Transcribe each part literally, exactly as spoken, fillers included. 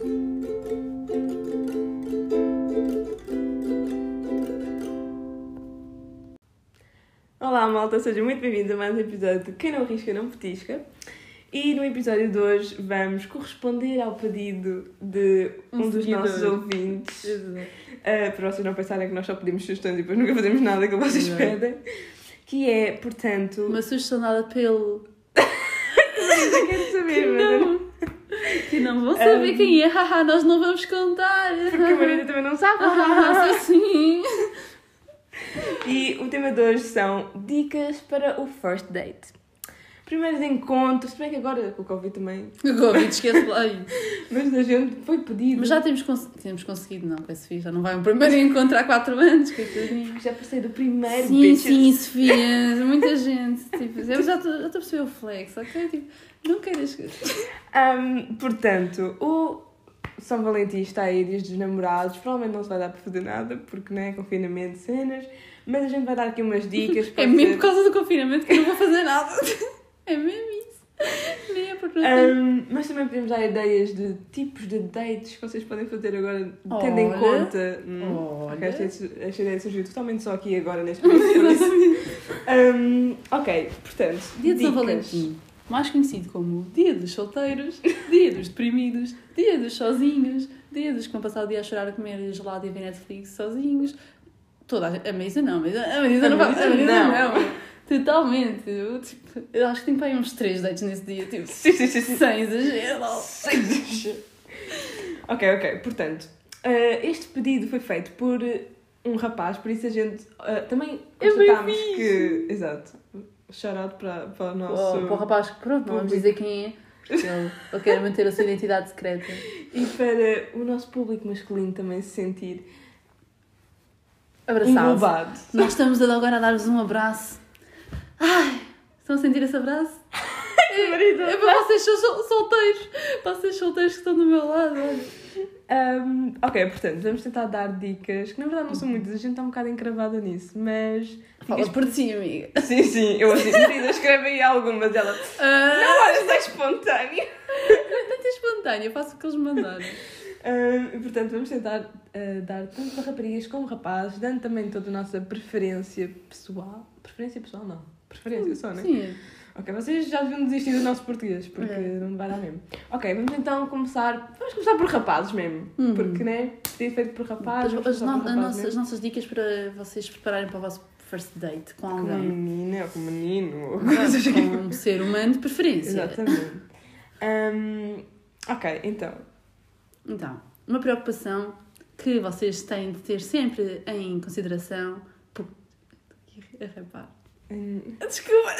Olá malta, sejam muito bem-vindos a mais um episódio de Quem Não Arrisca Não Petisca. E no episódio de hoje vamos corresponder ao pedido de um, um dos seguidor. nossos ouvintes. Uh, para vocês não pensarem que nós só pedimos sugestões e depois nunca fazemos nada que vocês não. pedem. Que é, portanto... Uma sugestão dada pelo... Eu quero saber, mas... Não. Que não vão saber um... quem é, haha, nós não vamos contar. Porque a Marina também não sabe. Ah, sim. E o tema de hoje são dicas para o first date. Primeiros encontros, se bem que agora com o Covid também... O Covid, esquece lá aí. Mas a gente foi pedido. Mas já temos, cons... temos conseguido, não, com a Sofia já não vai um primeiro encontro há quatro anos, coitadinho. Já passei do primeiro, Sim, bitches. sim, Sofia, muita gente, tipo, eu já estou a perceber o flex, ok? Tipo, não queiras... Um, portanto, o São Valentim está aí, dias dos namorados, provavelmente não se vai dar para fazer nada, porque não é confinamento, cenas, mas a gente vai dar aqui umas dicas. É mesmo ser... por causa do confinamento que eu não vou fazer nada. É mesmo isso. Nem é porque não tenho. Um, mas também podemos dar ideias de tipos de dates que vocês podem fazer agora, tendo em conta. Hum, okay, esta, esta ideia surgiu totalmente só aqui agora neste momento. um, ok, portanto, Dia de São Valentim, mais conhecido como Dia dos Solteiros, Dia dos Deprimidos, Dia dos Sozinhos, Dia dos que vão passar o dia a chorar, a comer gelado e a ver Netflix sozinhos. Toda a, a Marisa não, a Marisa, a Marisa não vai. A Marisa não. não. Totalmente. Eu, tipo, eu acho que tenho para aí uns três dates nesse dia, tipo, sim, sim, sim, sim. sem exagero. Sem exagero. Ok, ok. Portanto, uh, este pedido foi feito por um rapaz, por isso a gente uh, também constatámos que... Exato. Shout out para, para o nosso... Oh, para o rapaz que, pronto, não vamos dizer quem é. Ele, ele quer manter a sua identidade secreta. E para o nosso público masculino também se sentir... abraçado. Englobado. Nós estamos agora a dar-vos um abraço. Ai, estão a sentir esse abraço? É, é para vocês sol- solteiros, para vocês solteiros que estão do meu lado, olha. Um, ok, portanto, vamos tentar dar dicas, que na verdade não são muitas, a gente está um bocado encravada nisso, mas... Fala por ti, amiga. Sim, sim, eu assim, Marina, escreve aí algumas, ela... Uh... Não, olha, está espontânea. Não é tanto espontânea, eu faço o que eles mandaram. Uh, e, portanto, vamos tentar uh, dar tanto para raparigas como rapazes, dando também toda a nossa preferência pessoal. Preferência pessoal, não. Preferência só, não é? Sim. Ok, vocês já deviam desistir do nosso português, porque é. não vai dar mesmo. Ok, vamos então começar... Vamos começar por rapazes mesmo, uhum. porque, né, podia ser feito por rapazes. As, as, no, por rapazes nossa, as nossas dicas para vocês prepararem para o vosso first date com alguém. Com uma menina ou com um menino. Ou com um ser humano de preferência. Exatamente. Um, ok, então... Então, uma preocupação que vocês têm de ter sempre em consideração... Por... Repare. Hum. Desculpa.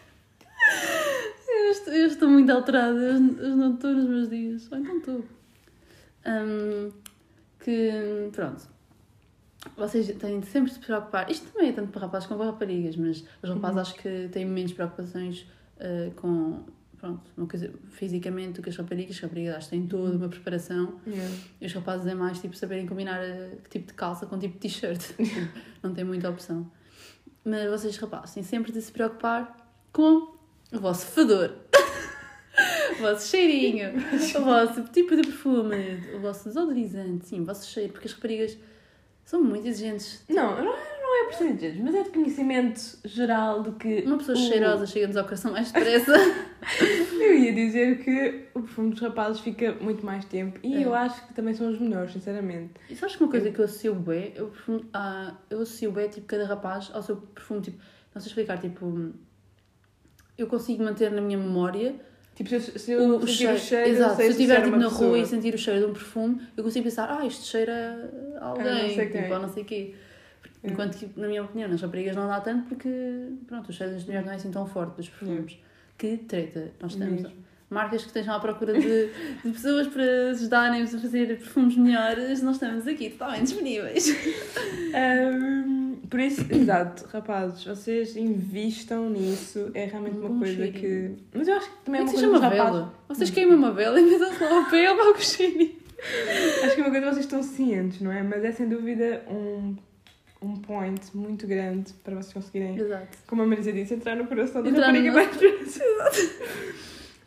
Eu estou, eu estou muito alterada. Eu, eu não estou nos meus dias. Ou então estou. Um, que, pronto. Vocês têm de sempre se preocupar. Isto também é tanto para rapazes como para raparigas, mas os rapazes uhum. acho que têm menos preocupações uh, com... Pronto, uma coisa fisicamente do que as raparigas. As raparigas acho que têm toda uma preparação. Yeah. E os rapazes é mais tipo saberem combinar uh, que tipo de calça com tipo de t-shirt. Não tem muita opção. Mas vocês, rapazes, têm sempre de se preocupar com o vosso fedor, o vosso cheirinho, o vosso tipo de perfume, o vosso desodorizante, sim, o vosso cheiro, porque as raparigas são muito exigentes. Não, não é, não é por ser exigentes, mas é de conhecimento geral de que... Uma pessoa o... cheirosa chega-nos ao coração mais depressa. Eu ia dizer que o perfume dos rapazes fica muito mais tempo e é. eu acho que também são os melhores, sinceramente. E sabes que uma coisa eu... que eu associo bué, eu, perfume, ah, eu associo bué, tipo, cada rapaz ao seu perfume, tipo, não sei explicar, tipo, eu consigo manter na minha memória... Tipo, se eu, se eu o, sentir cheiro, o cheiro, exato, se eu estiver tipo, na pessoa. rua e sentir o cheiro de um perfume, eu consigo pensar, ah, isto cheira a alguém, ah, não sei tipo, ou não sei o quê. Enquanto que, na minha opinião, nas raparigas não dá tanto porque, pronto, o cheiro das mulheres não é assim tão forte, dos perfumes. Yeah. Que treta, nós temos Mesmo. marcas que estejam à procura de, de pessoas para ajudarem-nos a fazer perfumes melhores, nós estamos aqui totalmente disponíveis. um, por isso, exato, rapazes, vocês invistam nisso, é realmente uma um coisa cheirinho. que... Mas eu acho que também é uma coisa uma rapazes... vela. Vocês queimam uma vela e metam-se lá ao pé ou ao cheirinho. Acho que é uma coisa que vocês estão cientes, não é? Mas é sem dúvida um... um point muito grande para vocês conseguirem, Exato. como a Marisa disse, entrar no coração da entrar rapariga no... mais vezes.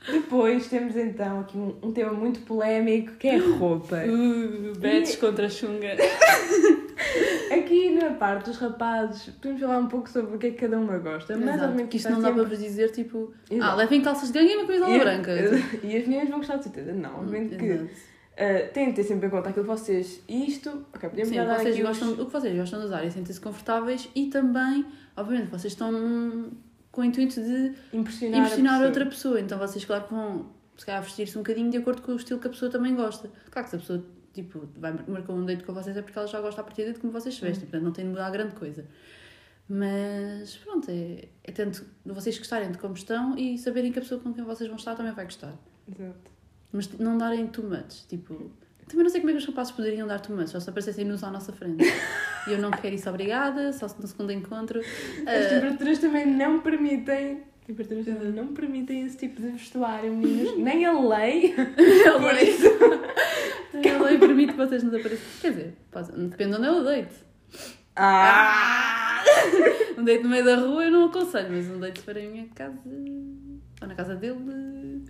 Depois temos então aqui um, um tema muito polémico que é roupa. Uh, betes e... contra a chunga. Aqui na parte dos rapazes, podemos falar um pouco sobre o que é que cada uma gosta. Mas Exato, obviamente que isto não dá sempre... para vos dizer tipo, Exato. ah, levem calças de gangue e uma camisola e, branca. E as meninas vão gostar de certeza. Não, obviamente que uh, têm de ter sempre em conta aquilo que vocês. E isto, ok, podemos Sim, já dar vocês aqui gostam, os... o que vocês gostam de usar e sentem-se confortáveis e também, obviamente, vocês estão com o intuito de impressionar, impressionar pessoa. outra pessoa. Então vocês, claro, que vão se calhar vestir-se um bocadinho de acordo com o estilo que a pessoa também gosta. Claro que se a pessoa tipo, vai marcar um date com vocês é porque ela já gosta a partir de como vocês se vestem, portanto não tem de mudar grande coisa. Mas pronto, é, é tanto vocês gostarem de como estão e saberem que a pessoa com quem vocês vão estar também vai gostar. Exato. Mas não darem too much, tipo... Também não sei como é que os rapazes poderiam dar too much, só se aparecessem nus à nossa frente. E eu não quero isso, obrigada, só no segundo encontro. As uh... temperaturas também não permitem... Temperaturas também não permitem esse tipo de vestuário, meninos. Nem a lei. A lei. A lei permite que vocês nos apareçam. Quer dizer, pode... depende de onde é o date. Ah! Um date no meio da rua eu não aconselho, mas um date para a minha casa... Ou na casa dele...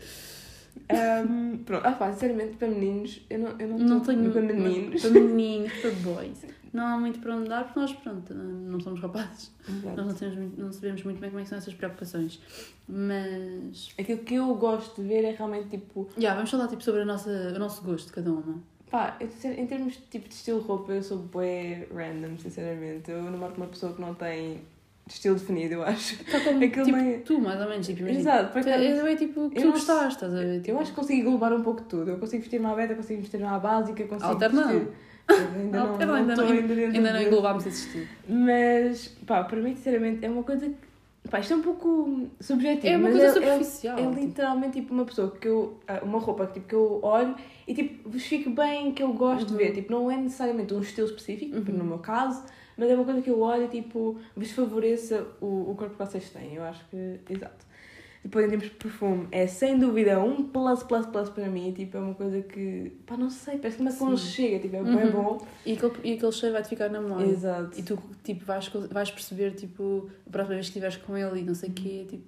Um, pronto, ah pá, sinceramente, para meninos, eu não, eu não, não tenho para meninos. Para meninos, para boys. Não há muito para onde dar, porque nós, pronto, não somos rapazes. Exato. Nós não, temos muito, não sabemos muito bem como é que são essas preocupações. Mas... Aquilo que eu gosto de ver é realmente, tipo... Já, yeah, vamos falar tipo, sobre a nossa, o nosso gosto de cada uma. Pá, eu, em termos de, tipo, de estilo de roupa, eu sou bué random, sinceramente. Eu namoro com uma pessoa que não tem... estilo definido, eu acho. Está como Aquilo tipo, meio... tu, mais ou menos. Tipo, Exato. Porque é, é tipo que tu gostaste, estás a ver? Tipo... Eu acho que consigo englobar um pouco de tudo. Eu consigo vestir uma beta, consigo vestir uma básica, consigo Alternando. vestir... Ainda não, ainda não, ainda não, ainda, ainda não englobámos esse estilo. Mas, pá, para mim, sinceramente, é uma coisa que... Pá, isto é um pouco subjetivo. É uma mas coisa é, superficial. É, é literalmente tipo uma pessoa que eu... Uma roupa que, tipo, que eu olho e tipo, vos fico bem, que eu gosto uhum. de ver. Tipo, não é necessariamente um estilo específico, uhum. no meu caso, mas é uma coisa que eu olho e tipo, vos favoreça o, o corpo que vocês têm. Eu acho que... Exato. Depois, em termos de perfume, é sem dúvida um plus, plus, plus para mim. Tipo, é uma coisa que... Pá, não sei, parece que me aconchega. Tipo, é bem uhum. bom. E aquele, e aquele cheiro vai-te ficar na memória. Exato. E tu, tipo, vais, vais perceber, tipo, a próxima vez que estiveres com ele e não sei o quê, tipo...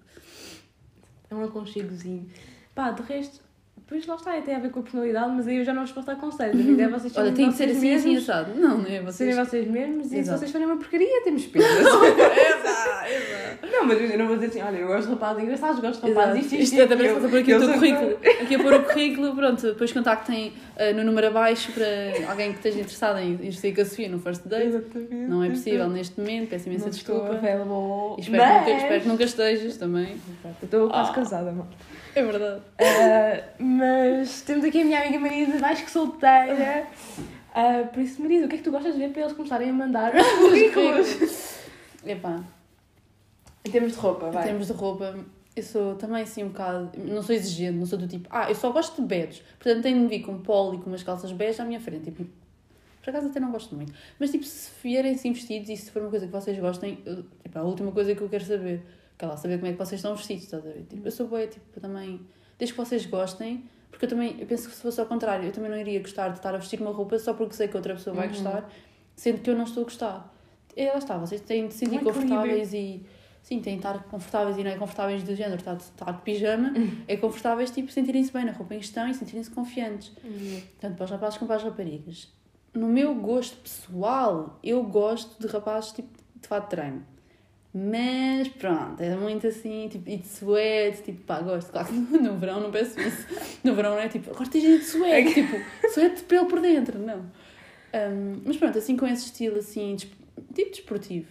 É um aconchegozinho. Pá, de resto... Depois lá está, tem a ver com a personalidade, mas aí eu já não vos posso dar conselhos. A ideia é vocês Olha, tem de ser assim, assim, assado. Não, não é vocês. Serem vocês mesmos. E se vocês forem uma porcaria, temos penas. Exato, exato. Não, mas eu não vou dizer assim, olha, eu gosto de rapazes engraçados, gosto de rapazes isto, isto, isto. Isto é também para pôr aqui o teu currículo. Aqui a pôr o currículo, pronto, depois contactem uh, no número abaixo para alguém que esteja interessado em ir sair com a Sofia no first date. Exatamente. Não é possível neste momento, peço imensa não desculpa. Estou e espero, mas... nunca, espero que nunca estejas também. Exato. Eu estou quase ah. casada, mano. É verdade. Uh, mas temos aqui a minha amiga Marisa, mais que solteira. Uh, por isso, Marisa, o que é que tu gostas de ver para eles começarem a mandar os currículos? Epá. Em termos de roupa, vai. Em termos de roupa, eu sou também assim um bocado... Não sou exigente, não sou do tipo... Ah, eu só gosto de beijos. Portanto, tenho de vir com um polo e com umas calças bege à minha frente. Tipo, por acaso até não gosto muito. Mas, tipo, se vierem assim vestidos e se for uma coisa que vocês gostem... Eu, tipo, a última coisa que eu quero saber... Quer lá, saber como é que vocês estão vestidos, estás a ver? Tipo, eu sou boa, tipo, também... Desde que vocês gostem... Porque eu também... Eu penso que se fosse ao contrário, eu também não iria gostar de estar a vestir uma roupa só porque sei que outra pessoa vai uhum. gostar, sendo que eu não estou a gostar. E lá está, vocês têm de se sentir confortáveis e... Sim, têm de estar confortáveis e não é confortáveis do género, estar de, estar de pijama, uhum. é confortáveis, tipo, sentirem-se bem na roupa em questão e sentirem-se confiantes. Uhum. Tanto para os rapazes como para as raparigas. No meu gosto pessoal, eu gosto de rapazes, tipo, de fato de treino. Mas, pronto, é muito assim, tipo, e de suede, tipo, pá, gosto. Claro que no, no verão não peço isso. No verão não é tipo, agora tens de suede, tipo, suede de pelo por dentro, não. Um, mas pronto, assim com esse estilo, assim, tipo desportivo.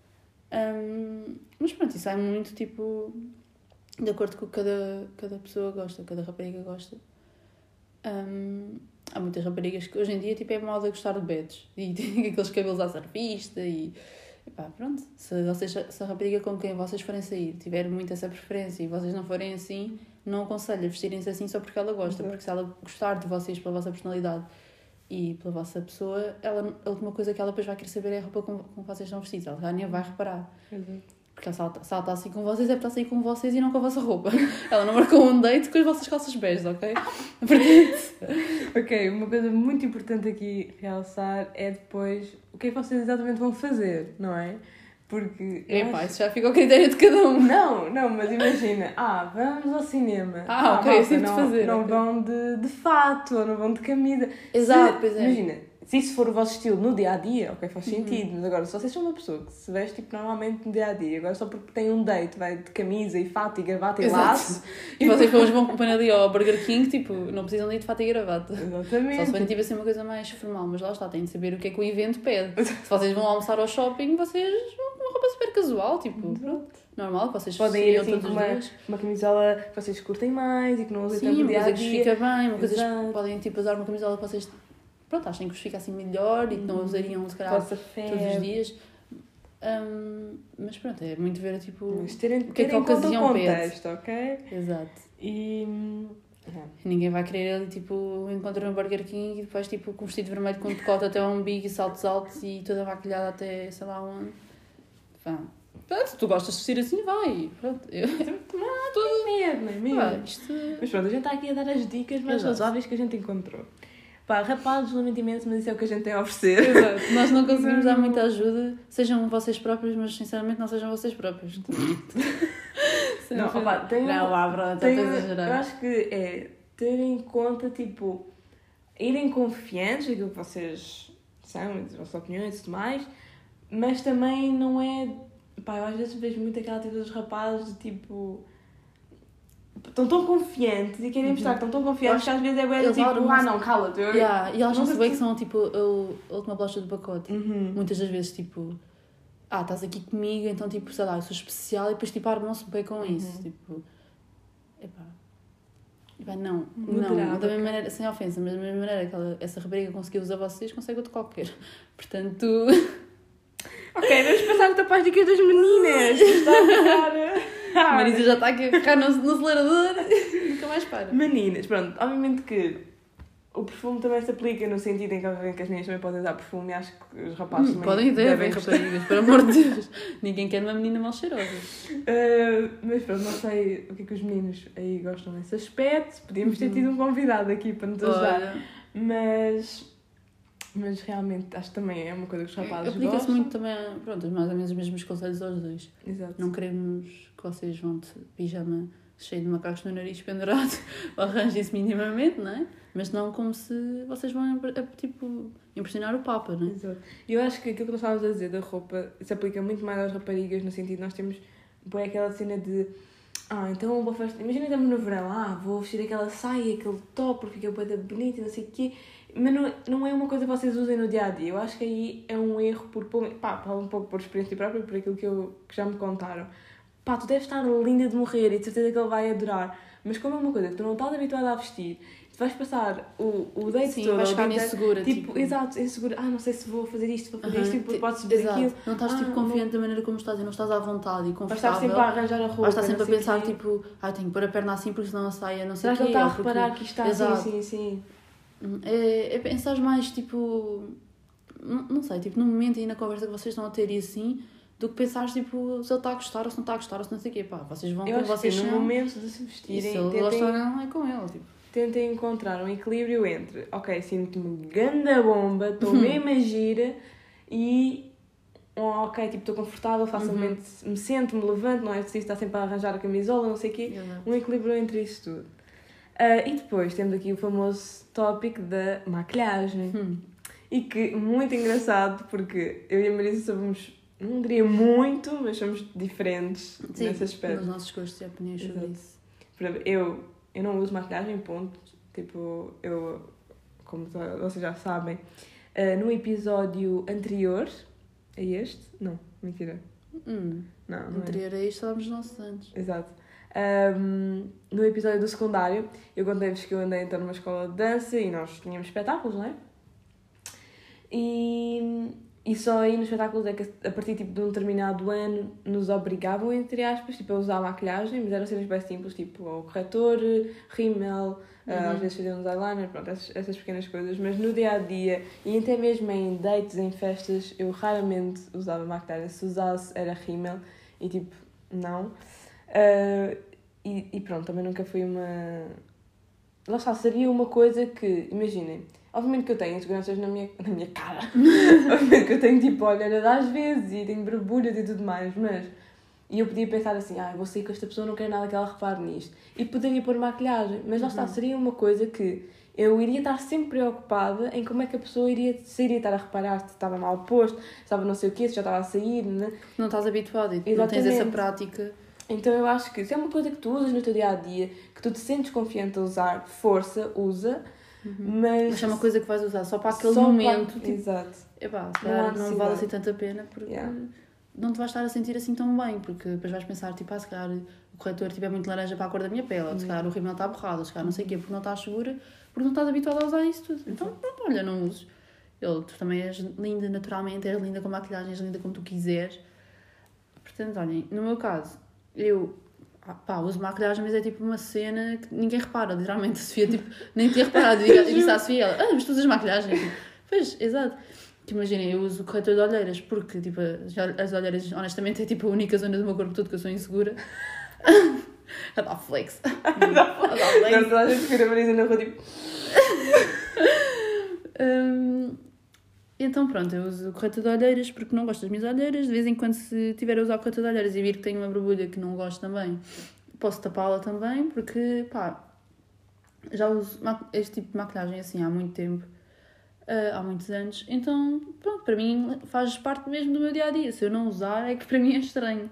Um, mas pronto, isso é muito, tipo, de acordo com o que cada, cada pessoa gosta, cada rapariga gosta. Um, há muitas raparigas que hoje em dia, tipo, é moda gostar de betos. E tem aqueles cabelos à surfista e... Epá, pronto, se, vocês, se a rapariga com quem vocês forem sair tiver muito essa preferência e vocês não forem assim, não aconselho a vestirem-se assim só porque ela gosta, uhum. porque se ela gostar de vocês pela vossa personalidade e pela vossa pessoa, ela, a última coisa que ela depois vai querer saber é a roupa como, como vocês estão vestidos, ela já nem vai reparar. Uhum. Porque se ela, se ela está assim com vocês é para estar assim com vocês e não com a vossa roupa. Ela não marcou um date com as vossas calças beijas, ok? Portanto... Ok, uma coisa muito importante aqui realçar é depois o que é que vocês exatamente vão fazer, não é? Porque... Epá, acho... isso já fica ao critério de cada um. Não, não, mas imagina, ah, vamos ao cinema. Ah, ok, eu sinto não, fazer. Não okay. vão de, de fato, ou não vão de camisa. Exato, se, pois é. Imagina, se isso for o vosso estilo no dia-a-dia, ok, faz Uhum. sentido. Mas agora, se vocês são uma pessoa que se veste tipo, normalmente no dia-a-dia, agora só porque tem um date, vai de camisa e fato e gravata e Exato. laço... E vocês depois vão acompanhar ali ao Burger King, tipo, não precisam de ir de fato e gravata. Exatamente. Só se forem tipo assim uma coisa mais formal, mas lá está, têm de saber o que é que o evento pede. Se vocês vão almoçar ao shopping, vocês vão com uma roupa super casual, tipo, pronto, normal, que vocês podem ir assim todos com os uma, dias. uma camisola que vocês curtem mais e que não usem tanto Sim, no uma coisa dia-a-dia. que vos fica bem, uma coisa Exato. que podem tipo usar uma camisola que vocês, pronto, achem que vos fica assim melhor e que não usariam se calhar Vossa todos os dias. Um, mas pronto, é muito ver tipo Mas terem, o que é que a terem em conta ocasião o pede. contexto, ok? Exato. E... Ninguém vai querer ali, tipo, encontrar um Burger King e depois, tipo, com vestido vermelho com decote até ao umbigo e saltos altos e toda maquilhada até, sei lá onde. Pá. Pronto, se tu gostas de vestir assim, vai. Pronto. Eu... Tudo medo, não é mesmo? Pá, isto... Mas pronto, a gente está aqui a dar as dicas mais Exato. razoáveis que a gente encontrou. Pá, rapazes, lamento imenso, mas isso é o que a gente tem a oferecer. Exato. Nós não conseguimos não. dar muita ajuda. Sejam vocês próprios, mas sinceramente não sejam vocês próprios. Não, opa, tem não, lá, pronto, tem, estou a exagerar. eu acho que é ter em conta, tipo, irem confiantes naquilo que vocês são, as vossas opiniões e tudo mais, mas também não é... Pá, eu às vezes vejo muito aquela atitude dos rapazes de tipo... Estão tão confiantes e querem mostrar que estão tão confiantes que às vezes é bem tipo, ah não, cala-te. Eu... Yeah, e elas não Nunca se bem se- que são tipo a, a última bolacha do pacote. Uhum. Muitas das vezes, tipo, ah, estás aqui comigo, então, tipo, sei lá, eu sou especial e depois, tipo, armam-se bem com isso. Uhum. Tipo, epá, epá, não, Moderado, não, da mesma ok. maneira, sem ofensa, mas da mesma maneira que ela, essa rapariga conseguiu usar vocês, consegue outro qualquer. Portanto, Ok, vamos passar então para as dicas das meninas. Está a ficar... a Marisa já está aqui a carregar no, no acelerador, nunca mais para. Meninas, pronto, obviamente que o perfume também se aplica no sentido em que, obviamente, que as meninas também podem usar perfume e acho que os rapazes Hum, também podem e devem, gostar. raparigas, por amor de Deus. Ninguém quer uma menina mal cheirosa. Uh, mas pronto, não sei o que é que os meninos aí gostam nesse aspecto. Podíamos ter tido um convidado aqui para nos ajudar. Olha, Mas, mas realmente acho que também é uma coisa que os rapazes aplica-se gostam. muito também, a- pronto, mais ou menos os mesmos conselhos aos dois. Exato. Não queremos que vocês vão de pijama cheio de macacos no nariz pendurado, arranjem-se minimamente, não é? Mas não como se vocês vão, tipo, impressionar o Papa, não é? Exato. E eu acho que aquilo que nós estávamos a dizer da roupa se aplica muito mais às raparigas, no sentido de nós temos bem aquela cena de ah, então vou fazer... Imagina que estamos no verão, ah, vou vestir aquela saia, aquele top, porque fica bem bonito e não sei o quê. Mas não, não é uma coisa que vocês usem no dia-a-dia. Eu acho que aí é um erro por... Pá, falo um pouco por experiência própria, por aquilo que, eu, que já me contaram. Pá, tu deves estar linda de morrer e de certeza que ele vai adorar. Mas como é uma coisa que tu não estás habituada a vestir, tu vais passar o, o date Sim, todo... vais ficar ao dia insegura, inteiro, tipo... tipo, exato, insegura. Ah, não sei se vou fazer isto, vou fazer isto, Aham, tipo, podes ti- ver exato. aquilo. Não estás, Ah, tipo, vou- confiante da maneira como estás e não estás à vontade e Vais estar confortável. sempre a arranjar a roupa. Vais estar sempre não a sei pensar, quê. tipo, ah, tenho que pôr a perna assim porque senão a saia não sei Será o que quê. ele está a ou porque- reparar que isto está Exato. assim, sim, sim. É, é pensar mais, tipo... Não, não sei, tipo, no momento e na conversa que vocês estão a ter e assim... Do que pensar, tipo, se ele está a gostar ou se não está a gostar ou se não sei o quê. Pá, vocês vão Eu como acho vocês que no são. momento de se E vestirem, se ele gosta ou tentem, não, é com ele. Tipo. tentem encontrar um equilíbrio entre ok, sinto-me ganda bomba, estou mesmo a gira e oh, ok, tipo, estou confortável, facilmente me sento, me levanto, não é preciso estar sempre a arranjar a camisola, não sei o quê. Exato. Um equilíbrio entre isso tudo. Ah, e depois temos aqui o famoso tópico da maquilhagem. Hum. E que, muito engraçado, porque eu e a Marisa somos, não diria muito, mas somos diferentes Sim, nesse aspecto. nos nossos gostos e opiniões sobre Exato. isso. Por exemplo, eu, eu não uso maquilhagem, ponto. Tipo, eu, como vocês já sabem, ah, no episódio anterior a este, não, mentira, Hum. não, não é. Anterior a isto, falávamos dos nossos anos. Exato. Um, no episódio do secundário, eu contei-vos que eu andei então numa escola de dança e nós tínhamos espetáculos, não é? E, e só aí nos espetáculos é que a partir tipo, de um determinado ano nos obrigavam, entre aspas, tipo, a usar maquilhagem, mas eram cenas bem simples, tipo o corretor, rímel, Uhum. às vezes fazíamos eyeliner, pronto, essas, essas pequenas coisas. Mas no dia-a-dia e até mesmo em dates, em festas, eu raramente usava maquilhagem. Se usasse era rímel e tipo, não. Uh, e, e pronto, também nunca fui uma... Lá está, seria uma coisa que, imaginem, Obviamente que eu tenho inseguranças na minha, na minha cara. Obviamente que eu tenho tipo olheiras às vezes e tenho borbulhas e tudo mais, mas... E eu podia pensar assim, ah, vou sair com esta pessoa, não quero nada que ela repare nisto. E poderia pôr maquilhagem, mas lá está, Uhum. seria uma coisa que eu iria estar sempre preocupada em como é que a pessoa iria, se iria estar a reparar se estava mal posto, se estava não sei o quê, se já estava a sair, né? Não estás habituado e não tens Exatamente. essa prática. Então eu acho que se é uma coisa que tu usas no teu dia-a-dia, que tu te sentes confiante a usar, força, usa, Uhum. mas... Mas é uma coisa que vais usar só para aquele só momento. para... Tipo, Exato. epá, se Não há calhar não necessidade. vale assim tanta pena porque Yeah. não te vais estar a sentir assim tão bem, porque depois vais pensar, tipo, ah, se calhar o corretor tiver muito laranja para a cor da minha pele, ou se calhar o rímel está borrado, ou se calhar não sei o quê, porque não estás segura, porque não estás habituada a usar isso tudo. Então, pronto, olha, não uses. Eu, tu também és linda naturalmente, és linda com maquilhagem, és linda como tu quiseres. Portanto, olhem, no meu caso, eu ah, pá, uso maquilhagem, mas é tipo uma cena que ninguém repara, literalmente. A Sofia tipo, nem tinha reparado. Eu disse à Sofia, ela, ah, mas tu usas maquilhagem? Tipo, pois, exato. Que imaginem, eu uso corretor de olheiras porque tipo, as olheiras, honestamente, é tipo a única zona do meu corpo todo que eu sou insegura. A dar flex. A dar flex. Não, a gente vira a Marisa na rua tipo... Hum, então pronto, eu uso corretor de olheiras porque não gosto das minhas olheiras. De vez em quando, se tiver a usar corretor de olheiras e vir que tenho uma borbulha que não gosto também, posso tapá-la também, porque pá, já uso este tipo de maquilhagem assim há muito tempo, uh, há muitos anos. Então pronto, para mim faz parte mesmo do meu dia-a-dia. Se eu não usar é que para mim é estranho.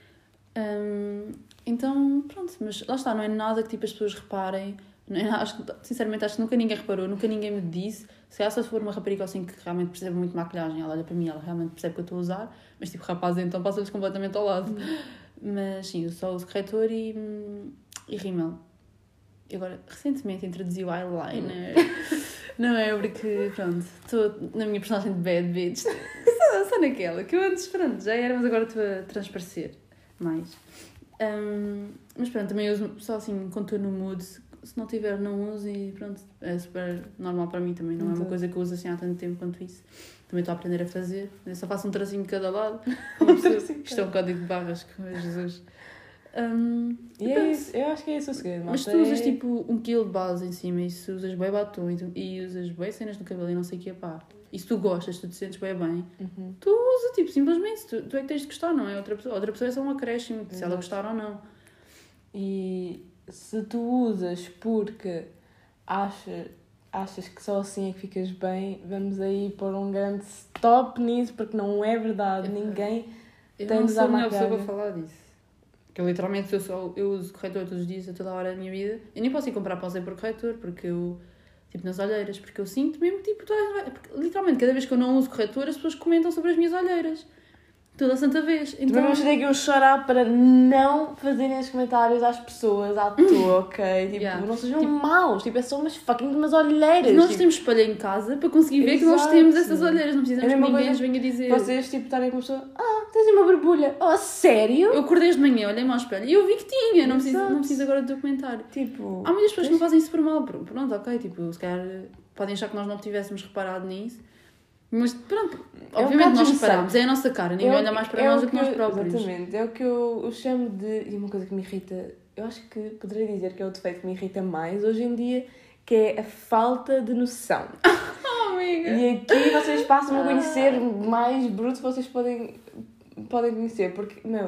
Hum, então pronto, mas lá está, não é nada que tipo as pessoas reparem. Não é, acho, sinceramente acho que nunca ninguém reparou, nunca ninguém me disse. Se calhar se for uma rapariga assim que realmente percebe muito de maquilhagem, ela olha para mim, ela realmente percebe que eu estou a usar, mas tipo rapazes então passa-lhes completamente ao lado. Hum. Mas sim, eu só uso corretor e, e rímel. E agora, recentemente introduzi o eyeliner. Hum. Não é porque, pronto, estou na minha personagem de bad bitch. Só, só naquela, que eu antes, pronto, já era, mas agora estou a transparecer mais. Um, mas pronto, também uso só assim, quando estou no mood. Se não tiver, não uso e pronto, é super normal para mim também. Não é uma coisa que eu uso assim há tanto tempo quanto isso. Também estou a aprender a fazer. Eu só faço um tracinho de cada lado. Isto é um código de barras, que meu Jesus. Um, e é isso, eu acho que é esse o segredo. Mas tu usas tipo um quilo de base em cima e se usas bem batom e, tu, e usas bem cenas no cabelo e não sei o que é pá. E se tu gostas, tu te sentes bem bem, uhum. tu usa tipo, simplesmente, tu, tu é que tens de gostar, não é outra pessoa. Outra pessoa é só um acréscimo, se ela gostar ou não. E se tu usas porque achas, achas que só assim é que ficas bem, vamos aí pôr um grande stop nisso, porque não é verdade. Eu, Ninguém eu tem não de usar sou a melhor maquilhagem. pessoa para falar disso. Que eu literalmente eu, só, eu uso corretor todos os dias, a toda a hora da minha vida. Eu nem posso ir comprar pausa por corretor, porque eu, tipo nas olheiras, porque eu sinto mesmo, tipo, toda, porque, literalmente, cada vez que eu não uso corretor, as pessoas comentam sobre as minhas olheiras. Toda a santa vez. Então vamos ter que eu chorar para não fazerem os comentários às pessoas à toa, ok? Tipo, yeah. não sejam tipo, maus. Tipo, é só umas fucking umas olheiras. Nós tipo... temos espelho em casa para conseguir ver Exato. Que nós temos essas olheiras. Não precisamos é que ninguém nos venha dizer. Vocês, tipo, estarem com a pessoa, ah, tens uma borbulha. Oh, sério? Eu acordei de manhã, olhei-me ao espelho e eu vi que tinha. Não preciso, não preciso agora do teu comentário. Tipo... Há muitas pessoas tens... que não fazem isso por mal. Pronto, ok, tipo, se calhar podem achar que nós não tivéssemos reparado nisso. Mas pronto, é obviamente um nós reparamos, é a nossa cara, ninguém é olha mais para é nós do que nós próprios. Exatamente, é o que eu, eu chamo de... E uma coisa que me irrita, eu acho que poderia dizer que é o defeito que me irrita mais hoje em dia, que é a falta de noção. Oh, amiga! E aqui vocês passam a conhecer mais bruto que vocês podem, podem conhecer, porque, meu,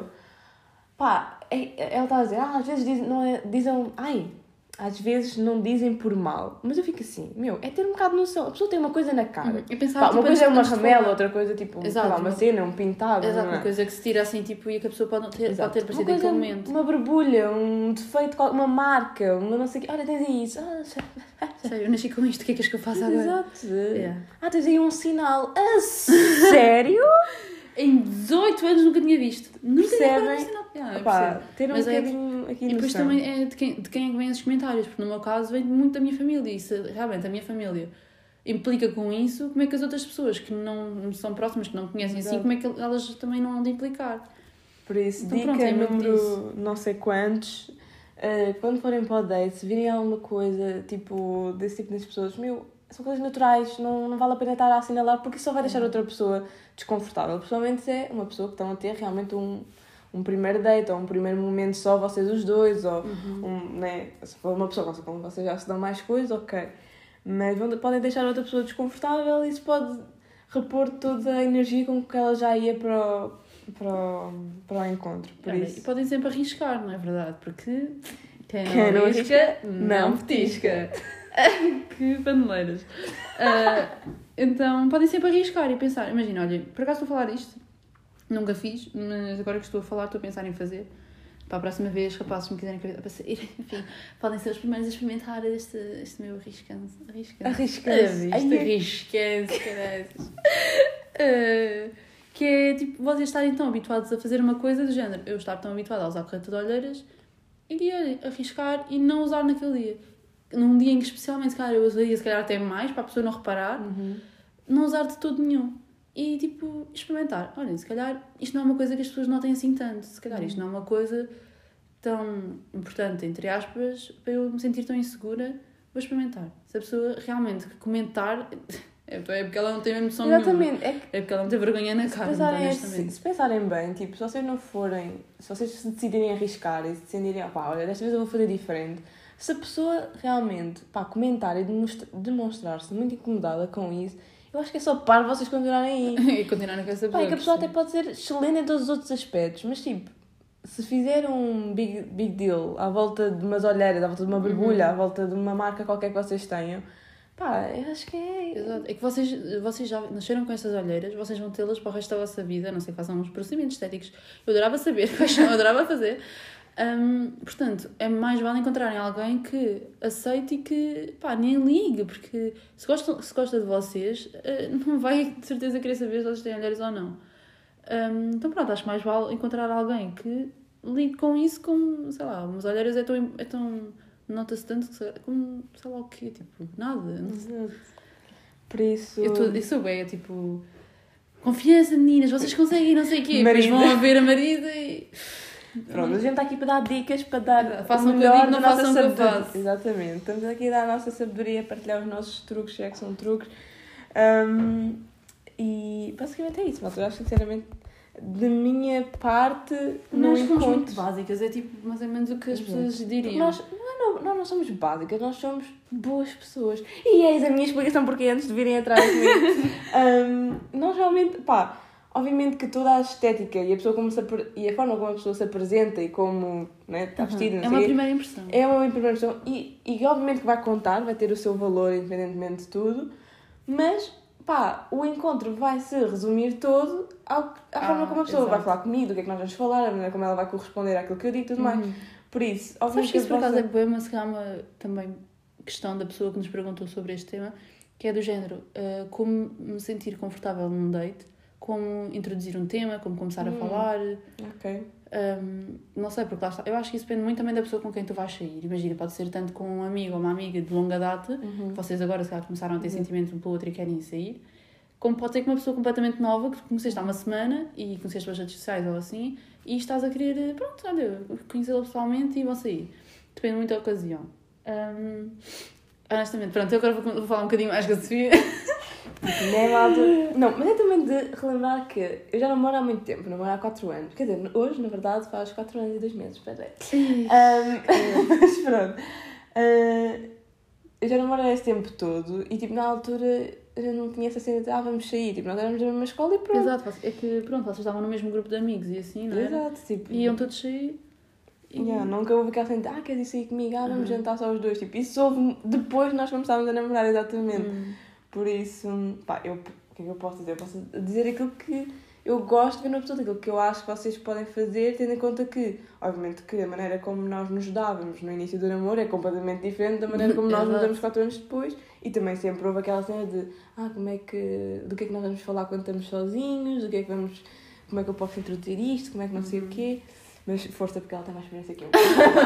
pá, ela está a dizer, ah, às vezes dizem, não é, dizem, ai... Às vezes não dizem por mal, mas eu fico assim, meu, é ter um bocado de noção. A pessoa tem uma coisa na cara. Eu pensava, Pá, uma tipo, coisa é uma ramela, ramela, outra coisa tipo Exato, lá, uma, uma cena, um pintado. Exato, não é? Uma coisa que se tira assim tipo, e que a pessoa pode, ter, pode ter aparecido naquele momento. Uma borbulha, um defeito, uma marca, uma não sei o quê. Olha, tens aí isso. Ah, sério, eu nasci com isto, o que é que és que eu faço agora? Exato. Yeah. Ah, tens aí um sinal. Ah, sério? Em dezoito anos nunca tinha visto. Nunca Percebem? tinha visto. Yeah, Pá, ter um Mas bocadinho é, aqui e depois também é de quem, de quem é que vem esses comentários, porque no meu caso vem muito da minha família, e se realmente a minha família implica com isso, como é que as outras pessoas que não são próximas, que não conhecem Exato. Assim, como é que elas também não hão de implicar? Por isso, então, dica pronto, é número não sei quantos, uh, quando forem para o date, se virem alguma coisa, tipo, desse tipo de pessoas, meu, são coisas naturais, não, não vale a pena estar a assinalar, porque isso só vai deixar outra pessoa desconfortável. Pessoalmente, se é uma pessoa que estão a ter realmente um, um primeiro date, ou um primeiro momento só vocês os dois, ou, uhum. um, né, se for uma pessoa com quem vocês já se dão mais coisas, ok. mas vão, podem deixar outra pessoa desconfortável e isso pode repor toda a energia com que ela já ia para o, para o, para o encontro. Por Olha, isso. e podem sempre arriscar, não é verdade? Porque quem, Quem não arrisca, arrisca, não não petisca. Que paneleiras. Uh, então, podem sempre arriscar e pensar. Imagina, olha, por acaso estou a falar isto, nunca fiz, mas agora que estou a falar estou a pensar em fazer. Para a próxima vez, rapazes me quiserem convidar para sair, enfim, podem ser os primeiros a experimentar este, este meu arriscante. Arriscante. Arriscante. Arriscante, caralho. Uh, que é tipo, vocês estarem tão habituados a fazer uma coisa do género. Eu estar tão habituada a usar corretor de olheiras e de arriscar e não usar naquele dia. Num dia em que especialmente, se calhar, eu usaria se calhar até mais, para a pessoa não reparar, Uhum. não usar de todo nenhum. E, tipo, experimentar. Olha, se calhar isto não é uma coisa que as pessoas notem assim tanto. Se calhar isto não é uma coisa tão importante, entre aspas, para eu me sentir tão insegura, vou experimentar. Se a pessoa realmente comentar, é porque ela não tem a noção Exatamente. nenhuma. É, é porque ela não tem vergonha na cara, Pensarem honestamente. assim, se pensarem bem, tipo, se vocês não forem, se vocês se decidirem arriscar e se decidirem, ah, pá, olha, desta vez eu vou fazer diferente, se a pessoa realmente, pá, comentar e demonstrar-se muito incomodada com isso, eu acho que é só para vocês continuarem aí. E continuarem com essa Pá, pessoa. é que a pessoa até pode ser excelente em todos os outros aspectos, mas tipo, se fizer um big, big deal à volta de umas olheiras, à volta de uma borbulha, Uhum. à volta de uma marca qualquer que vocês tenham, pá, eu acho que é... Exato. É que vocês, vocês já nasceram com estas olheiras, vocês vão tê-las para o resto da vossa vida, a não sei que façam uns procedimentos estéticos. Eu adorava saber, eu adorava fazer. Um, portanto, é mais vale encontrarem alguém que aceite e que, pá, nem ligue, porque se gosta, se gosta de vocês, não vai de certeza querer saber se vocês têm olheiras ou não. Um, então pronto, acho que mais vale encontrar alguém que lide com isso como, sei lá, umas olheiras é tão, é tão nota-se tanto como, sei lá o quê, tipo, nada. Não sei. Por isso... Eu, tô, eu sou bem, tipo, confiança meninas, vocês conseguem não sei o quê, depois Marisa. vão a ver a Marisa e... Pronto, a gente está aqui para dar dicas, para dar Façam o o que eu melhor digo, não da nossa façam o que eu sabedoria. faço. Exatamente, estamos aqui a dar a nossa sabedoria, partilhar os nossos truques, se é que são truques. Um, e basicamente é isso, mas eu acho sinceramente, de minha parte, não Nós somos encontro. muito básicas, é tipo mais ou menos o que as pessoas diriam. Nós não, nós não somos básicas, nós somos boas pessoas. E eis a minha explicação porque antes de virem atrás de mim. um, nós realmente, pá, obviamente que toda a estética e a, pessoa como se, e a forma como a pessoa se apresenta e como, né, está vestida, não É sei uma quê, primeira impressão. é uma primeira impressão. E, e obviamente que vai contar, vai ter o seu valor independentemente de tudo, mas, pá, o encontro vai se resumir todo ao, à Ah, forma como a pessoa exato. vai falar comigo, do que é que nós vamos falar, a maneira como ela vai corresponder àquilo que eu digo e tudo mais. Uhum. Por isso, Sabes obviamente que isso por a acaso é vossa- boa, mas se calhar uma também questão da pessoa que nos perguntou sobre este tema, que é do género, uh, como me sentir confortável num date, como introduzir um tema, como começar a Hum. falar. Ok. Um, não sei, porque lá está. Eu acho que isso depende muito também da pessoa com quem tu vais sair. Imagina, pode ser tanto com um amigo ou uma amiga de longa data, Uhum. que vocês agora se calhar começaram a ter Uhum. sentimento um pelo outro e querem sair, como pode ser com uma pessoa completamente nova que tu conheceste há uma semana e conheceste pelas redes sociais ou assim e estás a querer, pronto, olha, conhecê-la pessoalmente e vão sair. Depende muito da ocasião. Um, honestamente, pronto, eu agora vou, vou falar um bocadinho mais com a Sofia. Não é malta. Não, mas é também de relembrar que eu já namoro há muito tempo, namoro há quatro anos. Quer dizer, hoje, na verdade, faz quatro anos e dois meses, espera aí. Um, mas pronto. Uh, eu já namoro há esse tempo todo e, tipo, na altura eu não tinha essa cena de, ah, vamos sair. Tipo, nós éramos da mesma escola e pronto. Exato, é que, pronto, vocês estavam no mesmo grupo de amigos e assim, não é? Exato, tipo. E iam todos sair. E... Yeah, nunca houve aquela cena de, ah, queres ir sair comigo? Ah, vamos Uhum. jantar só os dois. Tipo, isso houve depois de nós começámos a namorar, exatamente. Hum. Por isso, pá, eu, o que é que eu posso dizer? Eu posso dizer aquilo que eu gosto de ver na pessoa, aquilo que eu acho que vocês podem fazer, tendo em conta que, obviamente, que a maneira como nós nos dávamos no início do namoro é completamente diferente da maneira como nós nos damos quatro anos depois. E também sempre houve aquela cena de, ah, como é que, do que é que nós vamos falar quando estamos sozinhos, do que é que vamos, como é que eu posso introduzir isto, como é que não sei o quê. Mas força, porque ela tem mais experiência que eu.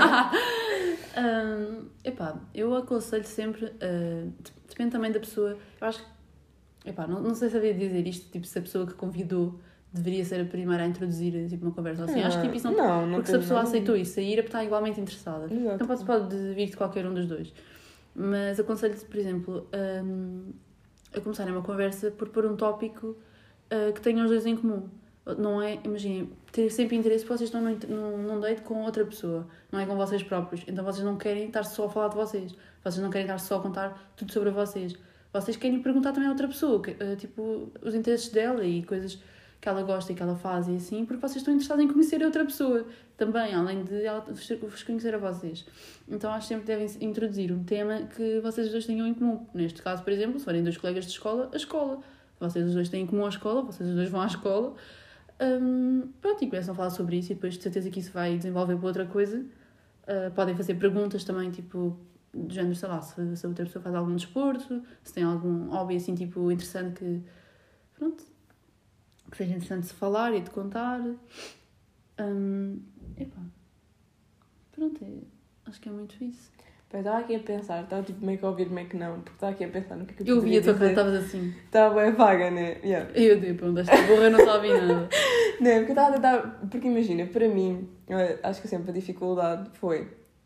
um, epá, eu aconselho sempre, uh, depende também da pessoa, eu acho que, epá, não, não sei se havia de dizer isto, tipo, se a pessoa que convidou deveria ser a primeira a introduzir tipo, uma conversa assim, acho que tipo, isso não, não, não porque se a pessoa nada. aceitou isso sair é porque está igualmente interessada, Exato. então pode, pode vir de qualquer um dos dois, mas aconselho-te, por exemplo, um, a começarem uma conversa por pôr um tópico uh, que tenham os dois em comum. Não é, imaginem, ter sempre interesse porque vocês estão num, num, num date com outra pessoa, não é com vocês próprios. Então vocês não querem estar só a falar de vocês. Vocês não querem estar só a contar tudo sobre vocês. Vocês querem perguntar também a outra pessoa, que, uh, tipo, os interesses dela e coisas que ela gosta e que ela faz e assim, porque vocês estão interessados em conhecer a outra pessoa também, além de ela vos conhecer a vocês. Então acho que sempre devem introduzir um tema que vocês dois tenham em comum. Neste caso, por exemplo, se forem dois colegas de escola, a escola. Vocês os dois têm em comum a escola, vocês os dois vão à escola. Um, pronto, e começam a falar sobre isso e depois de certeza que isso vai desenvolver para outra coisa. Uh, podem fazer perguntas também, tipo, do género, sei lá, se, se a outra pessoa faz algum desporto, se tem algum hobby assim, tipo, interessante que, pronto, que seja interessante de se falar e de contar. Um, epá, pronto, é, acho que é muito isso. Eu estava aqui a pensar, estava tipo meio que a ouvir, meio que não, porque estava aqui a pensar no que é que eu ouvi a tua cara, estavas assim. Estava bem vaga, né? Yeah. Eu digo, pronto, esta borra não está a ouvir nada. Não, porque eu estava a tentar, porque imagina, para mim, acho que sempre a dificuldade foi,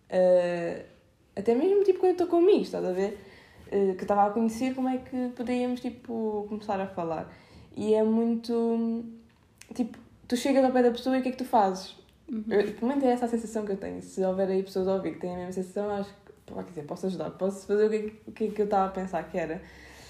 uh, até mesmo tipo quando eu estou com amigos, estás a ver? Uh, que estava a conhecer como é que poderíamos tipo começar a falar. E é muito, tipo, tu chegas ao pé da pessoa e o que é que tu fazes? Uhum. Eu, pelo menos é essa a sensação que eu tenho. Se houver aí pessoas a ouvir que têm a mesma sensação, acho que, pá, quer dizer, posso ajudar, posso fazer o que, o que, que eu estava a pensar que era.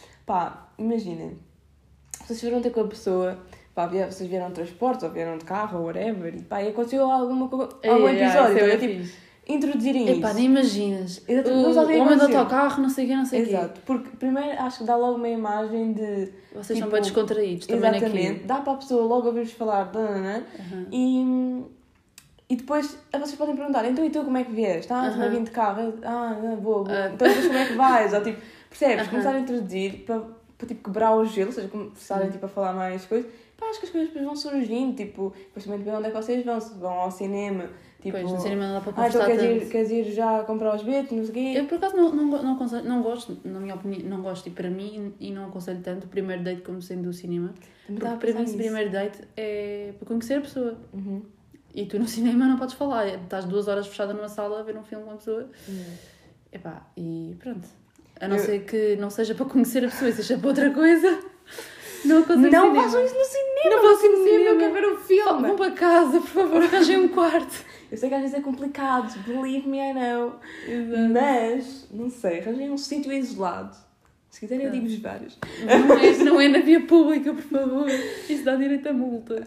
Pá, imaginem, vocês foram ter com a pessoa, pá, vocês vieram de transporte, ou vieram de carro, ou whatever, e pá, e aconteceu alguma, algum ei, episódio, ei, então, é tipo, introduzirem isso. Epá, nem imaginas. Exato, o não sabem homem do autocarro, não sei o quê, não sei o quê. Exato, porque primeiro acho que dá logo uma imagem de... Vocês tipo, são bem descontraídos também naquilo. Exatamente, dá para a pessoa logo ouvir-vos falar, danana, uhum. e... E depois vocês podem perguntar, então e tu como é que vieste? Ah, estou uh-huh. a vir de carro. Ah, não, boa, boa. Uh. Então depois como é que vais? Ou tipo, percebes? Uh-huh. Começar a introduzir para, para tipo, quebrar o gelo, ou seja, começarem tipo, a falar mais coisas. Pá, acho que as coisas depois vão surgindo, tipo, depois também depende onde é que vocês vão, se vão ao cinema. Tipo, pois, no cinema não dá para conversar. Ah, então queres tanto. ir, queres ir já comprar os bilhetes, não sei o quê? Eu por acaso não, não, não, não, não gosto, na minha opinião, não gosto, e para mim, e não aconselho tanto o primeiro date como sendo do cinema. Porque para mim, esse primeiro date é para conhecer a pessoa. Uhum. E tu no cinema não podes falar, estás duas horas fechada numa sala a ver um filme com uma pessoa. Uhum. Epá, e pronto. A não eu... ser que não seja para conhecer a pessoa e seja para outra coisa, não aconselho. Não façam isso no cinema! Não façam no cinema, eu quero ver o filme! Vão para casa, por favor, arranjem um quarto. Eu sei que às vezes é complicado, believe me, I know. Exato. Mas, não sei, arranjem um sítio isolado. Se quiserem, eu digo-vos vários. Não é, não é na via pública, por favor. Isso dá direito a multa.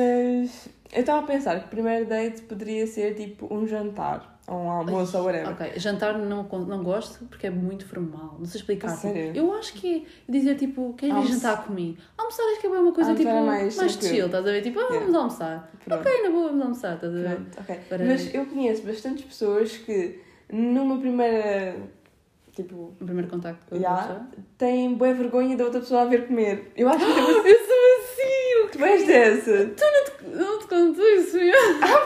Mas eu estava a pensar que o primeiro date poderia ser tipo um jantar. Ou um almoço, ou whatever. Ok, jantar não, não gosto porque é muito formal. Não sei explicar. A sério? Eu acho que é dizer tipo, queres vir jantar comigo? Almoçar acho que é uma coisa almoçar tipo mais, mais chill, estás a ver? Tipo, ah, yeah. vamos almoçar. Pronto. Ok, na boa, vamos almoçar, estás a ver? Pronto, okay. Para... Mas eu conheço bastantes pessoas que numa primeira... Tipo, o primeiro contacto com a yeah, pessoa têm boa vergonha da outra pessoa a ver comer. Eu acho que oh, eu sou assim! Tu és dessa? Tu não te, não te conto isso, eu.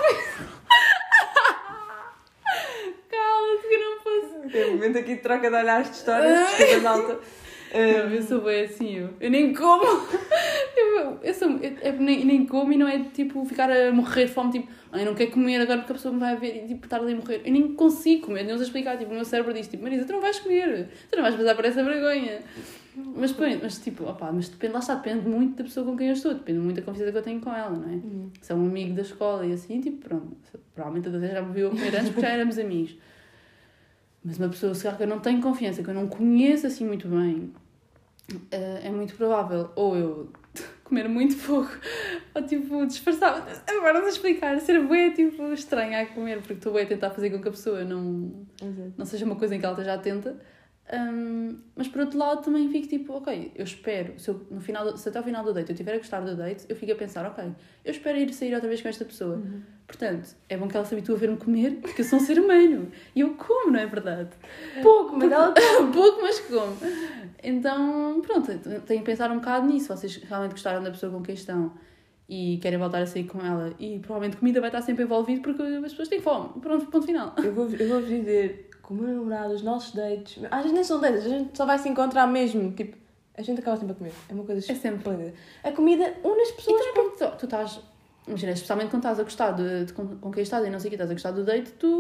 Cala-te que eu não posso. Tem um momento aqui de troca de olhares de histórias, desculpa, malta. Não, eu sou bem assim, eu. Eu nem como. Eu, eu, sou, eu, eu nem, nem como e não é tipo ficar a morrer de fome, tipo, ai, não quero comer agora porque a pessoa me vai ver e tipo, estar ali a morrer. Eu nem consigo comer, não sei explicar. Tipo, o meu cérebro diz, tipo, Marisa, tu não vais comer, tu não vais passar por essa vergonha. Mas, mas tipo, opa, mas depende, lá está, depende muito da pessoa com quem eu estou, depende muito da confiança que eu tenho com ela, não é? Uhum. Se é um amigo da escola e assim, tipo, pronto, provavelmente a já me viu a comer antes porque já éramos amigos. Mas uma pessoa, se calhar, que eu não tenho confiança, que eu não conheço assim muito bem, uh, é muito provável ou eu comer muito pouco, ou tipo, disfarçar. Agora não sei explicar, ser bué, tipo, estranha a comer, porque estou bué a tentar fazer com que a pessoa não, não seja uma coisa em que ela esteja atenta. Um, mas por outro lado também fico tipo, ok, eu espero, se, eu, no final, se até ao final do date eu estiver a gostar do date, eu fico a pensar, ok, eu espero ir sair outra vez com esta pessoa. Uhum. Portanto, é bom que ela se habitue a ver-me comer, porque eu sou um ser humano e eu como, não é verdade? Pouco, mas ela pouco, mas como. Então, pronto, tenho que pensar um bocado nisso. Vocês realmente gostaram da pessoa com quem estão e querem voltar a sair com ela, e provavelmente comida vai estar sempre envolvida porque as pessoas têm fome. Pronto, ponto final. Eu vou, eu vou dizer, com o meu namorado, os nossos dates, às vezes nem são dates, a gente só vai se encontrar mesmo, tipo, a gente acaba sempre a comer. É uma coisa é sempre linda. A comida une as pessoas. E também porque tu, tu estás, imagina, especialmente quando estás a gostar de, de com, com quem estás e não sei o que, estás a gostar do date, tu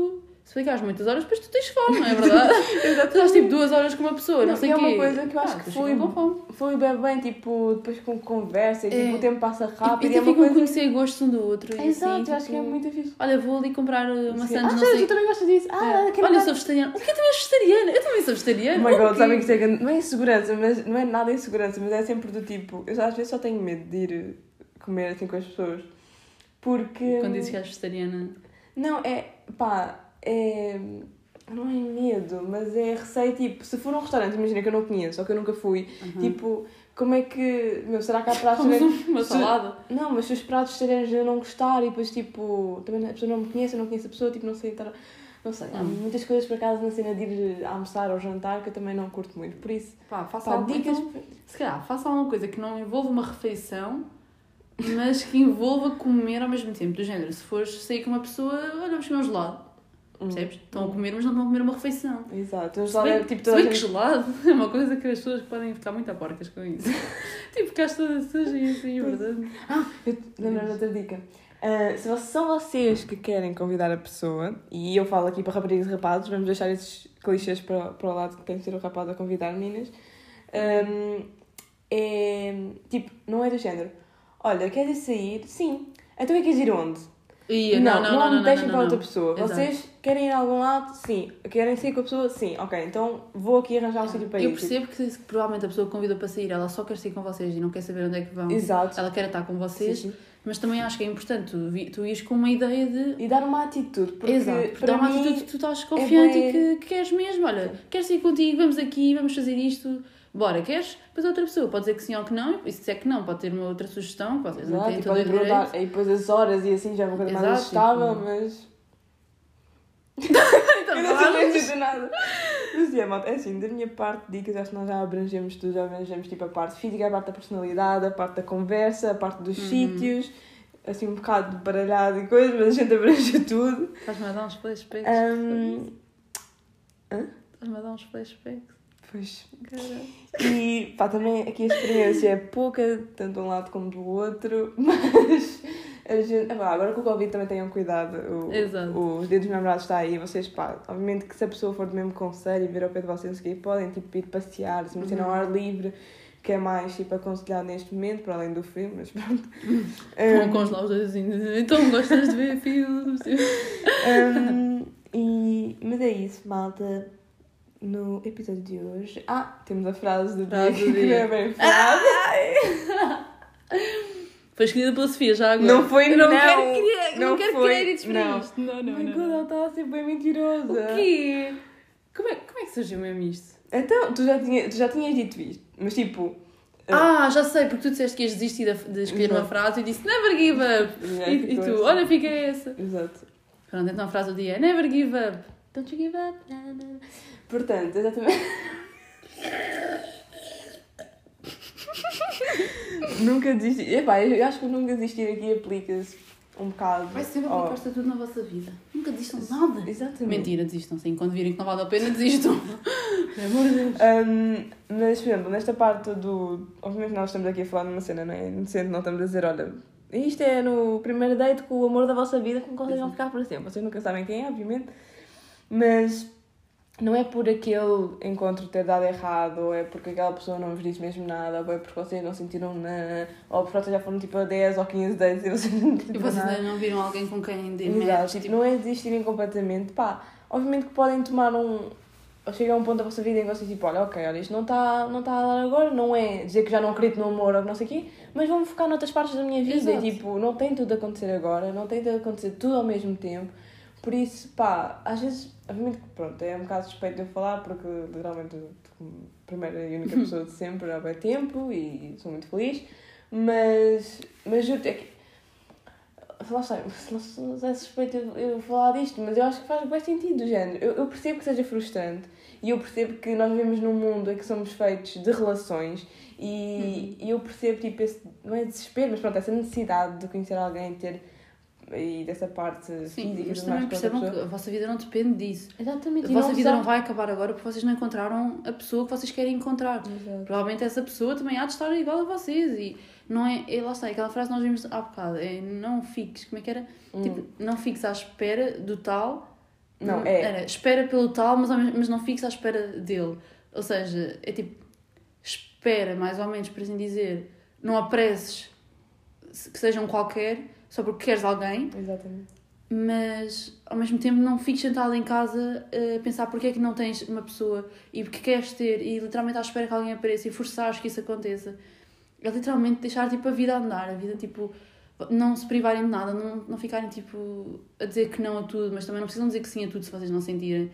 Se ficares muitas horas, depois tu tens fome, não é verdade? Tu estás tipo duas horas com uma pessoa, não, não sei o quê. É uma coisa que eu acho ah, que foi, foi bem, bem, tipo, depois com conversa e é. tipo, o tempo passa rápido. E, e, e é ficam coisa... a conhecer gostos um do outro. É, exato, assim, eu acho tipo, que é muito fixe. Olha, vou ali comprar uma sandes, ah, não sei. sei. Tu também gostas disso? Ah, é. Olha, eu sou vegetariana. O que é também és vegetariana? Eu também sou vegetariana. Oh my god, okay. sabem que isto é, não é insegurança, mas não é nada insegurança, mas é sempre do tipo, eu às vezes só tenho medo de ir comer assim com as pessoas. Porque... Quando dizes que és vegetariana... Não, é, pá, é... Não é medo, mas é receio, tipo, se for um restaurante, imagina que eu não conheço, ou que eu nunca fui, uhum. tipo, como é que, meu, será que há pratos... Como uma salada? Se, não, mas se os pratos vegetarianos eu não gostar e depois, tipo, também a pessoa não me conhece, eu não conheço a pessoa, tipo, não sei, estar, não sei, há muitas coisas por acaso na cena de ir almoçar ou jantar que eu também não curto muito, por isso, pá, faça pá, alguma, dicas... Então, se calhar, faça alguma coisa que não envolva uma refeição, mas que envolva comer ao mesmo tempo, do género, se fores sair com uma pessoa, olha, vamos comer um gelado. Percebes? Estão a comer, mas não estão a comer uma refeição. Exato. Um gelado é tipo toda a gente... que gelado é uma coisa que as pessoas podem ficar muito a porcas com isso. Tipo, ficaste toda suja e assim, é verdade. Ah, eu lembro de outra dica. Uh, se são vocês que querem convidar a pessoa, e eu falo aqui para raparigas e rapazes, vamos deixar esses clichês para, para o lado que tem que ser o rapaz a convidar meninas. Um, é tipo, não é do género. Olha, queres ir sair? Sim. Então é que queres ir onde? Ia, não, não, não, não, não, não deixem não, para não, outra não. pessoa. Exato. Vocês querem ir a algum lado? Sim. Querem sair com a pessoa? Sim. Ok, então vou aqui arranjar um sítio para ir. Eu percebo que, que provavelmente a pessoa que convida para sair, ela só quer sair com vocês e não quer saber onde é que vão. Exato. Ela quer estar com vocês, sim, sim. Mas também acho que é importante tu, tu ires com uma ideia de... E dar uma atitude. Porque Exato, porque para dá uma mim atitude que tu estás confiante é e que, que queres mesmo. Olha, quero sair contigo, vamos aqui, vamos fazer isto... Bora, queres? Depois outra pessoa pode dizer que sim ou que não, e se disser que não, pode ter uma outra sugestão, que vocês Exato, não têm e todo o direito. E depois as horas e assim já é uma coisa mais ajustável, mas... então, eu não sei dizer nada. Mas é, malta, é assim, da minha parte de dicas, acho que nós já abrangemos tudo, já abrangemos tipo a parte física, a parte da personalidade, a parte da conversa, a parte dos uhum. sítios, assim um bocado baralhado e coisas, mas a gente abrange tudo. Estás-me a dar uns flashbacks? Um... Hã? Estás-me a dar uns flashbacks? Pois. Caramba. E pá, também aqui a experiência é pouca, tanto de um lado como do outro, mas a gente, pá, agora com o Covid também tenham cuidado, o, Exato. O, os dedos namorados está aí, vocês pá, obviamente que se a pessoa for do mesmo conselho e vir ao pé de vocês, podem tipo ir passear, assim, uhum. ao ar livre, que é mais tipo aconselhado neste momento, para além do frio, mas pronto. Vão um, congelar os dois assim, então gostas de ver filmes? um, e, mas é isso, malta. No episódio de hoje... Ah, temos a frase do frase dia, do que dia. é bem frase. Foi escolhida pela Sofia, já agora. Não foi, eu não. Não quero, querer, não não quero foi, créditos para não. isto. Não, não, Mas não. quando ela está a ser bem mentirosa. O quê? Como é, como é que surgiu mesmo isto? Então, tu já, tinha, tu já tinhas dito isto, mas tipo... Ah, já sei, porque tu disseste que ias desistir de, de escolher Exato. Uma frase e disse Never give up. Yeah, e, e tu, assim. Olha, fica essa. Exato. Pronto, então a frase do dia é Never give up. Don't you give up. Portanto, exatamente... Nunca desistir. Epá, eu acho que nunca desistir aqui aplica-se um bocado. Vai sempre aplicar-se a tudo na vossa vida. Nunca desistam de nada. Exatamente. Mentira, desistam sim. Quando virem que não vale a pena, desistam. Pelo amor de Deus. Um, mas, por exemplo, nesta parte do... Obviamente nós estamos aqui a falar numa cena, não é? Inocente, não estamos a dizer, olha, isto é no primeiro date com o amor da vossa vida, com quem vocês vão ficar para sempre. Vocês nunca sabem quem é, obviamente. Mas... Não é por aquele encontro ter dado errado, ou é porque aquela pessoa não vos disse mesmo nada, ou é porque vocês não sentiram nada, ou porque vocês já foram tipo a dez ou quinze dates e vocês não E vocês nada. Não viram alguém com quem dê Exato, tipo, não é desistirem completamente. Pá, obviamente que podem tomar um... Ou chegar a um ponto da vossa vida em que vocês tipo, olha, ok, olha, isto não está não tá a dar agora, não é dizer que já não acredito no amor ou não sei o quê, mas vamos focar noutras partes da minha vida. Exato. E tipo, não tem tudo a acontecer agora, não tem tudo a acontecer tudo ao mesmo tempo. Por isso, pá, às vezes, obviamente que pronto, é um bocado suspeito de eu falar, porque literalmente como primeira e única pessoa de sempre há bem tempo e sou muito feliz, mas, mas eu é que, lá está, não é suspeito eu, eu falar disto, mas eu acho que faz bem sentido do género. Eu, eu percebo que seja frustrante e eu percebo que nós vivemos num mundo em que somos feitos de relações e, uhum. e eu percebo, tipo, esse, não é desespero, mas pronto, essa necessidade de conhecer alguém, ter... e dessa parte Sim, física mas também percebam que a vossa vida não depende disso. Exatamente. A vossa não vida sabe. Não vai acabar agora porque vocês não encontraram a pessoa que vocês querem encontrar. Exato. Provavelmente essa pessoa também há de estar igual a vocês e não é, é lá está, aquela frase que nós vimos há bocado, é não fiques, como é que era? Hum. Tipo, não fiques à espera do tal Não, é... Era, espera pelo tal, mas, mas não fixa à espera dele. Ou seja, é tipo, espera, mais ou menos, por assim dizer, não apresses que seja um qualquer, só porque queres alguém. Exatamente. Mas, ao mesmo tempo, não fiques sentado em casa a pensar porque é que não tens uma pessoa e porque queres ter e literalmente à espera que alguém apareça e forçares que isso aconteça. É literalmente deixar, tipo, a vida andar, a vida, tipo... Não se privarem de nada, não, não ficarem tipo a dizer que não a tudo, mas também não precisam dizer que sim a tudo se vocês não sentirem.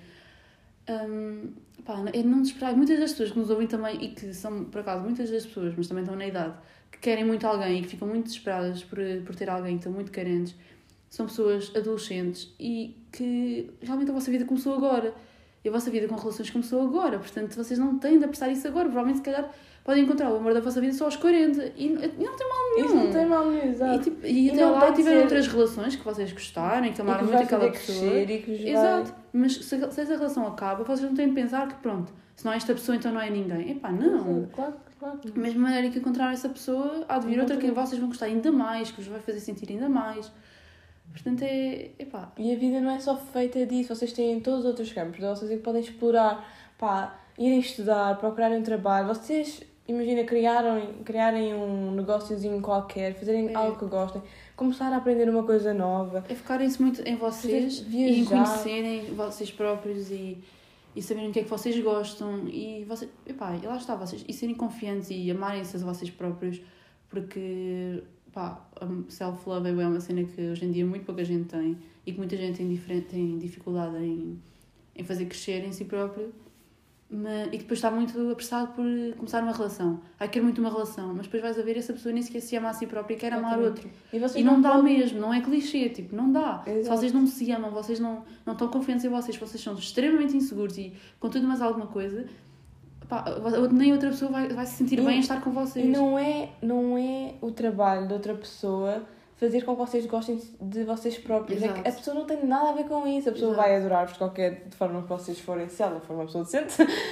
Um, pá, é não desesperar. Muitas das pessoas que nos ouvem também, e que são por acaso muitas das pessoas, mas também estão na idade, que querem muito alguém e que ficam muito desesperadas por, por ter alguém, que estão muito carentes, são pessoas adolescentes e que realmente a vossa vida começou agora. E a vossa vida com relações começou agora, portanto vocês não têm de apressar isso agora. Provavelmente, se calhar, podem encontrar o amor da vossa vida só aos quarenta e, e não tem mal nenhum. Isso não tem mal nenhum, exato. E, tipo, e, e até lá tiveram ser... outras relações que vocês gostaram e que amaram muito aquela pessoa. E que vai... Exato. Mas se, se essa relação acaba, vocês não têm de pensar que pronto, se não é esta pessoa, então não é ninguém. Epá, não. Claro, claro. Da mesma maneira que encontraram essa pessoa, há de vir outra que vocês vão gostar ainda mais, que vos vai fazer sentir ainda mais. Portanto, é... Epá. E a vida não é só feita disso. Vocês têm todos os outros campos. Vocês é que podem explorar, pá, irem estudar, procurarem um trabalho. Vocês... Imagina, criarem, criarem um negóciozinho qualquer, fazerem é. algo que gostem, começar a aprender uma coisa nova. É focarem-se muito em vocês e em conhecerem vocês próprios e, e saberem o que é que vocês gostam e, vocês, epá, e lá está, vocês, e serem confiantes e amarem-se a vocês próprios, porque pá, self-love é uma cena que hoje em dia muito pouca gente tem e que muita gente tem, diferente, tem dificuldade em, em fazer crescer em si próprio. Mas, e depois está muito apressado por começar uma relação. Ai, quero muito uma relação, mas depois vais a ver essa pessoa nem sequer se ama a si própria e quer amar outro. E, e não, não dá podem... mesmo, não é clichê, tipo, não dá. Exato. Se vocês não se amam, vocês não, não estão confiantes em vocês, vocês são extremamente inseguros e com tudo mais alguma coisa, pá, nem outra pessoa vai, vai se sentir e, bem em estar com vocês. E não é, não é o trabalho de outra pessoa fazer com que vocês gostem de vocês próprios. É que a pessoa não tem nada a ver com isso. A pessoa Exato. vai adorar-vos de qualquer de forma que vocês forem, se ela for uma pessoa decente,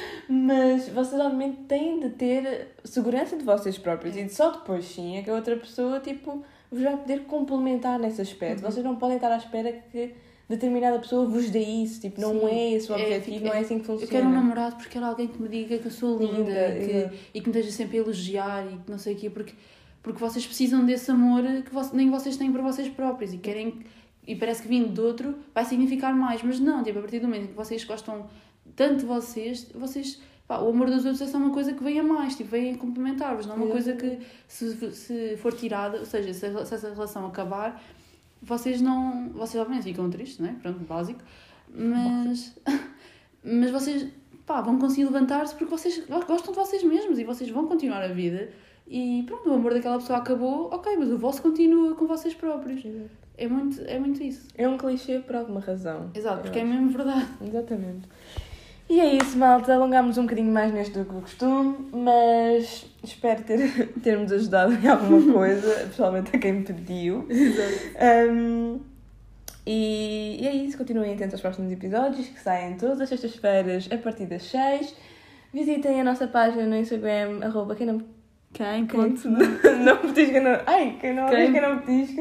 mas vocês realmente têm de ter segurança de vocês próprios. É. E só depois sim é que a outra pessoa, tipo, vos vai poder complementar nesse aspecto. Uhum. Vocês não podem estar à espera que determinada pessoa vos dê isso. Tipo, não sim. é esse o objetivo, é, não é assim que funciona. Eu quero um namorado porque quero alguém que me diga que eu sou linda, linda e, que, e que me esteja sempre a elogiar e que não sei o quê, porque... Porque vocês precisam desse amor que vocês, nem vocês têm para vocês próprios e querem... E parece que vindo de outro vai significar mais. Mas não, tipo, a partir do momento que vocês gostam tanto de vocês, vocês... Pá, o amor dos outros é só uma coisa que vem a mais, tipo, vem a complementar-vos. Não é uma coisa que, se, se for tirada, ou seja, se, a, se essa relação acabar, vocês não... Vocês, obviamente, ficam tristes, não é? Pronto, básico. Mas... mas vocês, pá, vão conseguir levantar-se porque vocês gostam de vocês mesmos e vocês vão continuar a vida... E pronto, o amor daquela pessoa acabou, ok, mas o vosso continua com vocês próprios. Exato. É muito, é muito isso. É um clichê por alguma razão. Exato, porque acho. É mesmo verdade. Exatamente. E é isso, malta. Alongámos um bocadinho mais neste do que o costume, mas espero ter, termos ajudado em alguma coisa, pessoalmente a quem me pediu. Exato. Um, e, e é isso, continuem atentos aos próximos episódios que saem todas as sextas-feiras a partir das seis. Visitem a nossa página no Instagram, arroba quem não... Quem? Quem? Não petisca, não. Ai, quem não quem? Quem não petisca.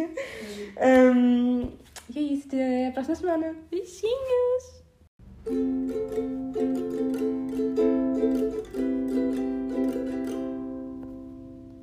Um, e é isso, até a próxima semana. Beijinhos!